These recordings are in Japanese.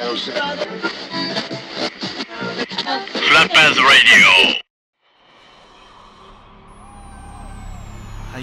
ラッパーズラディオ。はい、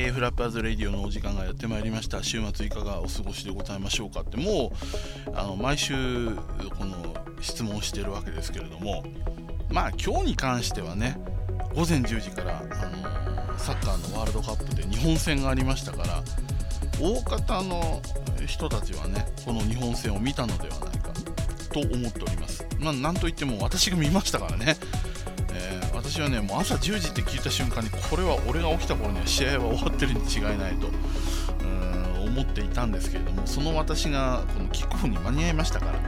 フラッパーズラディオのお時間がやってまいりました。週末いかがお過ごしでございましょうかって、もう毎週この質問してるわけですけれども、まあ今日に関してはね、午前10時からサッカーのワールドカップで日本戦がありましたから、大方の人たちはねこの日本戦を見たのではないかと思っております。なんといっても私が見ましたからね、私はねもう朝10時って聞いた瞬間に、これは俺が起きた頃には試合は終わってるに違いないと思っていたんですけれども、その私がこのキックオフに間に合いましたから、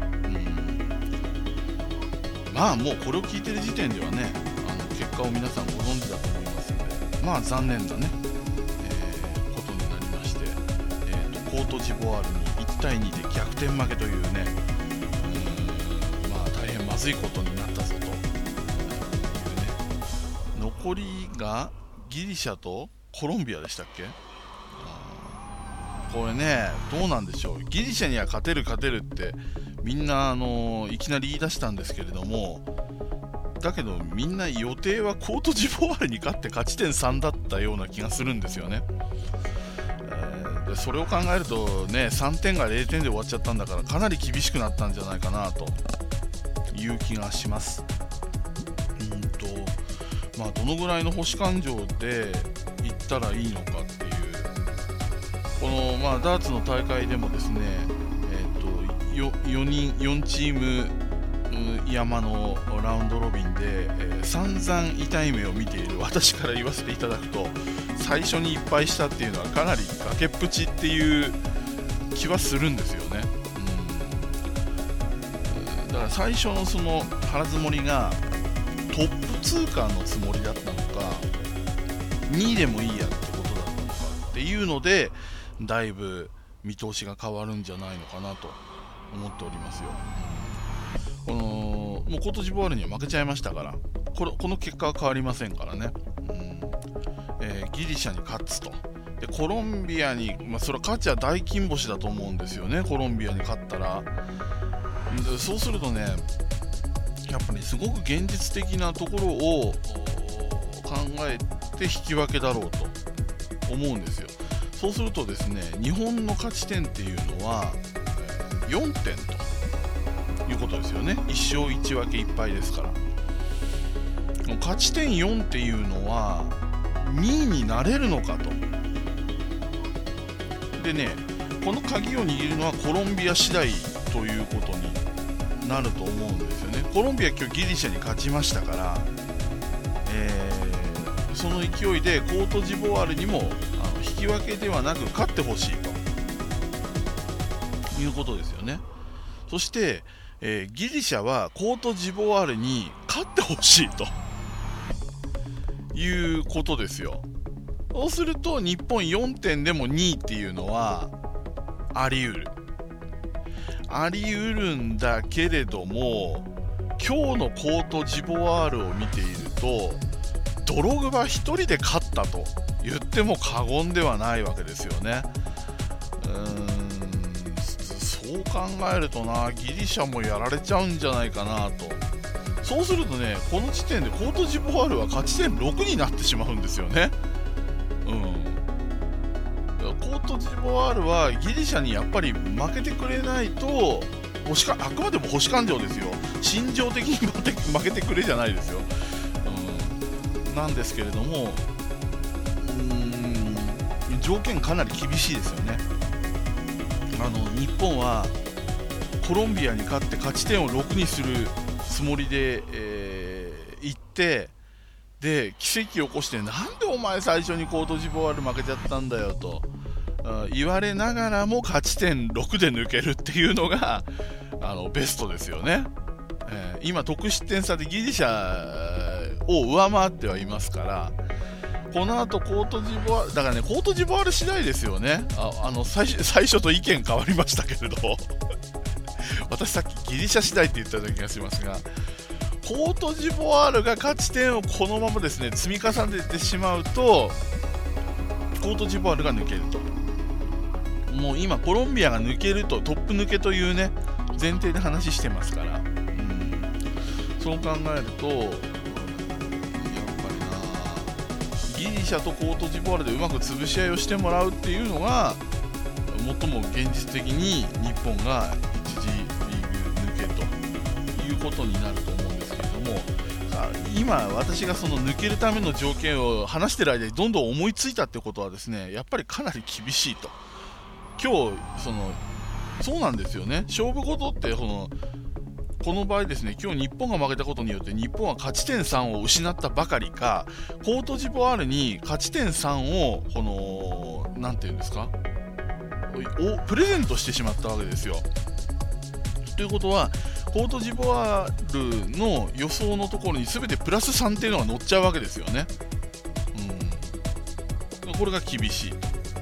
まあもうこれを聞いてる時点ではね結果を皆さんご存知だと思いますので、まあ残念だね、ことになりまして、コートジボワールに1対2で逆転負けというね、まあ大変まずいことになったぞというね。残りがギリシャとコロンビアでしたっけ。これねどうなんでしょう。ギリシャには勝てるってみんないきなり言い出したんですけれども、だけどみんな予定はコートジボワールに勝って勝ち点3だったような気がするんですよね。でそれを考えるとね、3点が0点で終わっちゃったんだから、かなり厳しくなったんじゃないかなという気がします。まあどのぐらいの星感情でいったらいいのかっていう、このまあダーツの大会でもですね、4チーム山のラウンドロビンで、散々痛い目を見ている私から言わせていただくと、最初にいっぱいしたっていうのはかなり崖っぷちっていう気はするんですよね。だから最初のその腹積もりがトップ通過のつもりだったのか、2位でもいいやってことだったのかっていうので、だいぶ見通しが変わるんじゃないのかなと思っておりますよ。もうコートジボワールには負けちゃいましたから、この結果は変わりませんからね。ギリシャに勝つと。でコロンビアに、それは勝ちは大金星だと思うんですよね。コロンビアに勝ったら。でそうするとね、やっぱりすごく現実的なところを考えて引き分けだろうと思うんですよ。そうするとですね、日本の勝ち点っていうのは4点ということですよね。1勝1分け1敗ですから。勝ち点4っていうのは2位になれるのかと。でね、この鍵を握るのはコロンビア次第ということになると思うんですよね。コロンビア今日ギリシャに勝ちましたから、その勢いでコートジボワールにも引き分けではなく勝ってほしいということですよね。そして、ギリシャはコートジボワールに勝ってほしいということですよ。そうすると日本4点でも2位っていうのはあり得るんだけれども、今日のコートジボワールを見ていると、ドログバ1人で勝ったと言っても過言ではないわけですよね。そう考えるとな、ギリシャもやられちゃうんじゃないかなと。そうするとね、この時点でコートジボワールは勝ち点6になってしまうんですよね。コートジボワールはギリシャにやっぱり負けてくれないと、あくまでも星感情ですよ。心情的に負けてくれじゃないですよ。なんですけれども、条件かなり厳しいですよね。日本はコロンビアに勝って勝ち点を6にするつもりで、行って、で奇跡を起こして、なんでお前最初にコートジボワール負けちゃったんだよと言われながらも勝ち点6で抜けるっていうのがベストですよね。今得失点差でギリシャを上回ってはいますから、この後コートジボワールだからね、コートジボワール次第ですよね。最初と意見変わりましたけれど私さっきギリシャ次第って言ったような気がしますが、コートジボワールが勝ち点をこのままですね積み重ねてしまうと、コートジボワールが抜けると。もう今コロンビアが抜けると、トップ抜けというね前提で話してますから、そう考えると、やっぱりな、ギリシャとコートジボワールでうまく潰し合いをしてもらうっていうのが最も現実的に日本が一次リーグ抜けということになると思うんですけれども、今私がその抜けるための条件を話している間にどんどん思いついたってことはですね、やっぱりかなり厳しいと。今日そうなんですよね。勝負事ってこの場合ですね、今日日本が負けたことによって日本は勝ち点3を失ったばかりか、コートジボワールに勝ち点3をなんていうんですか、プレゼントしてしまったわけですよ。ということはコートジボワールの予想のところに全てプラス3っていうのが乗っちゃうわけですよね。これが厳しい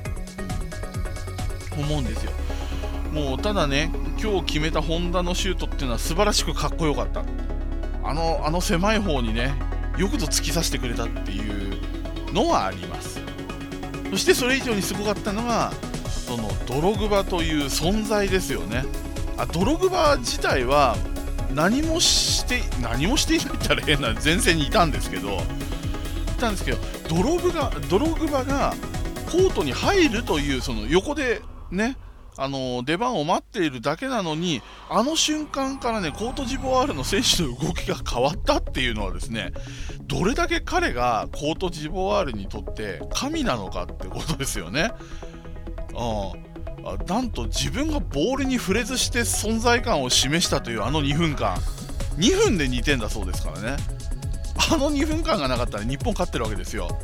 と思うんですよ。もうただね、今日決めた本田のシュートっていうのは素晴らしくかっこよかった。あの狭い方にね、よくぞ突き刺してくれたっていうのはあります。そしてそれ以上にすごかったのがそのドログバという存在ですよね。ドログバ自体は何もしていないって言ったら変な、前線にいたんですけど、ドログバがコートに入るというその横でね、出番を待っているだけなのに、あの瞬間からね、コートジボワールの選手の動きが変わったっていうのはですね、どれだけ彼がコートジボワールにとって神なのかってことですよね。なんと自分がボールに触れずして存在感を示したというあの2分間、2分で2点だそうですからね。あの2分間がなかったら日本勝ってるわけですよ。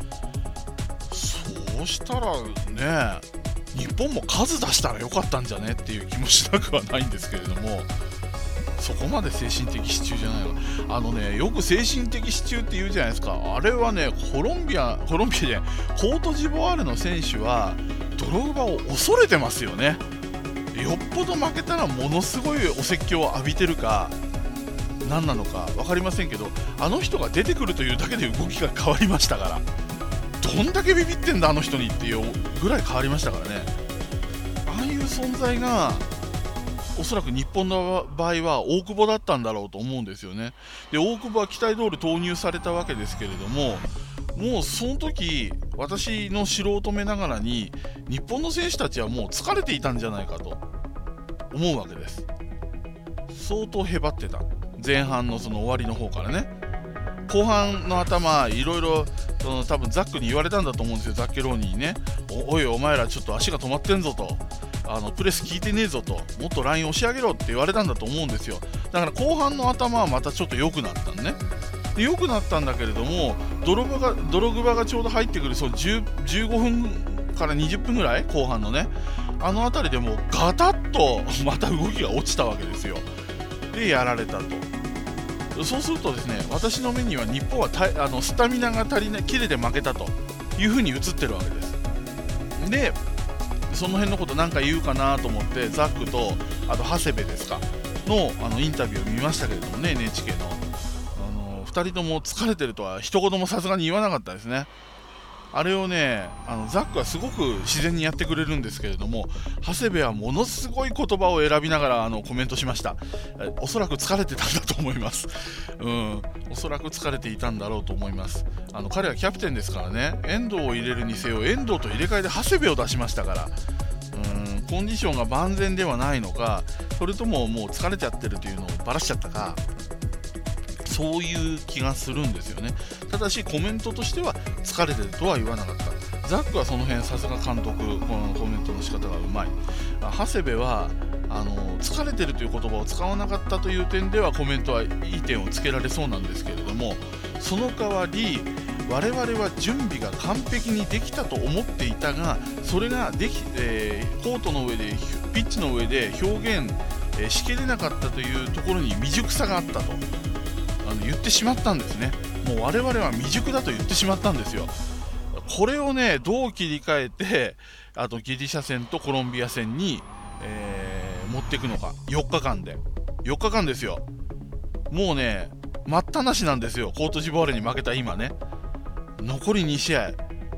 そうしたらね、日本も数出したらよかったんじゃねっていう気もしなくはないんですけれども、そこまで精神的支柱じゃないわ。よく精神的支柱って言うじゃないですか。あれはね、コートジボワールの選手はドログバを恐れてますよね。よっぽど負けたらものすごいお説教を浴びてるか何なのか分かりませんけど、あの人が出てくるというだけで動きが変わりましたから、どんだけビビってんだあの人にっていうぐらい変わりましたからね。ああいう存在がおそらく日本の場合は大久保だったんだろうと思うんですよね。で、大久保は期待通り投入されたわけですけれども、もうその時私の素人目ながらに日本の選手たちはもう疲れていたんじゃないかと思うわけです。相当へばってた、前半のその終わりの方からね。後半の頭いろいろ多分ザックに言われたんだと思うんですよ。ザッケローニにね、おいお前らちょっと足が止まってんぞと、プレス効いてねえぞと、もっとライン押し上げろって言われたんだと思うんですよ。だから後半の頭はまたちょっと良くなったんね。で良くなったんだけれども、ドログバがちょうど入ってくる15分から20分ぐらい後半のね、あの辺りでもうガタッとまた動きが落ちたわけですよ。でやられたと。そうするとですね、私の目には日本はスタミナが足りない、キレで負けたという風に映ってるわけです。でその辺のことなんか言うかなと思ってザックとあと長谷部ですかのインタビューを見ましたけれどもね、 NHK の2人とも疲れてるとは一言もさすがに言わなかったですね。あれをね、ザックはすごく自然にやってくれるんですけれども、長谷部はものすごい言葉を選びながらコメントしました。おそらく疲れてたんだと思います。おそらく疲れていたんだろうと思います。彼はキャプテンですからね、遠藤を入れるにせよ遠藤と入れ替えで長谷部を出しましたから、コンディションが万全ではないのか、それとももう疲れちゃってるというのをバラしちゃったか、そういう気がするんですよね。ただしコメントとしては疲れてるとは言わなかった。ザックはその辺さすが監督、このコメントの仕方がうまい。長谷部は疲れてるという言葉を使わなかったという点ではコメントはいい点をつけられそうなんですけれども、その代わり我々は準備が完璧にできたと思っていたが、それがコートの上でピッチの上で表現、しきれなかったというところに未熟さがあったと言ってしまったんですね。もう我々は未熟だと言ってしまったんですよ。これをね、どう切り替えてギリシャ戦とコロンビア戦に、持っていくのか。4日間ですよ。もうね待ったなしなんですよ。コートジボワールに負けた今ね、残り2試合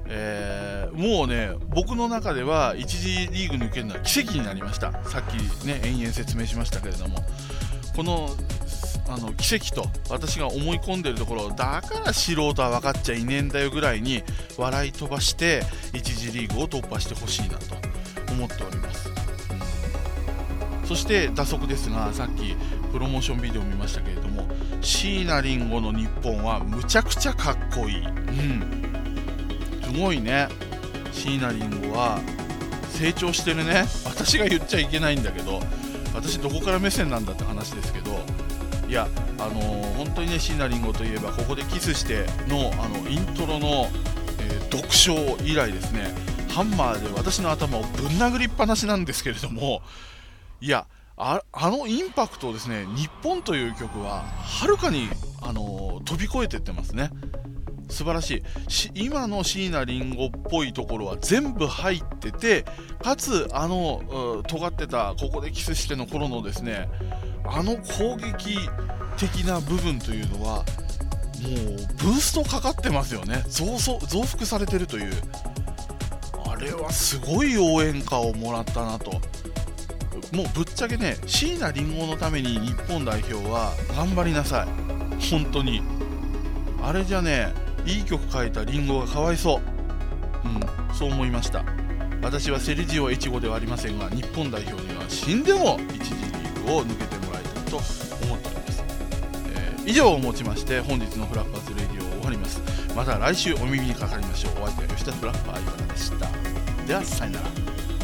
もうね、僕の中では1次リーグ抜けるのは奇跡になりました。さっきね延々説明しましたけれども、この奇跡と私が思い込んでるところ、だから素人は分かっちゃいねえんだよぐらいに笑い飛ばして1次リーグを突破してほしいなと思っております。そして打足ですが、さっきプロモーションビデオ見ましたけれども、椎名林檎の日本はむちゃくちゃかっこいい。すごいね。椎名林檎は成長してるね。私が言っちゃいけないんだけど、私どこから目線なんだって話ですけど、いや本当にね、椎名林檎といえばここでキスしてのイントロの、独唱以来ですね、ハンマーで私の頭をぶん殴りっぱなしなんですけれども、いやインパクトをですね、日本という曲ははるかに飛び越えていってますね。素晴らしい。今の椎名林檎っぽいところは全部入ってて、かつ尖ってたここでキスしての頃のですね、攻撃的な部分というのはもうブーストかかってますよね。増幅されてるという、あれはすごい応援歌をもらったなと。もうぶっちゃけね、椎名林檎のために日本代表は頑張りなさい。本当にあれじゃね、いい曲書いた林檎がかわいそう。そう思いました。私はセルジオ越後ではありませんが、日本代表には死んでも1次リーグを抜けてもらいたいと思っております。以上をもちまして本日のフラッパーズレディオを終わります。また来週お耳にかかりましょう。お相手は吉田フラッパー岩田でした。ではさよなら。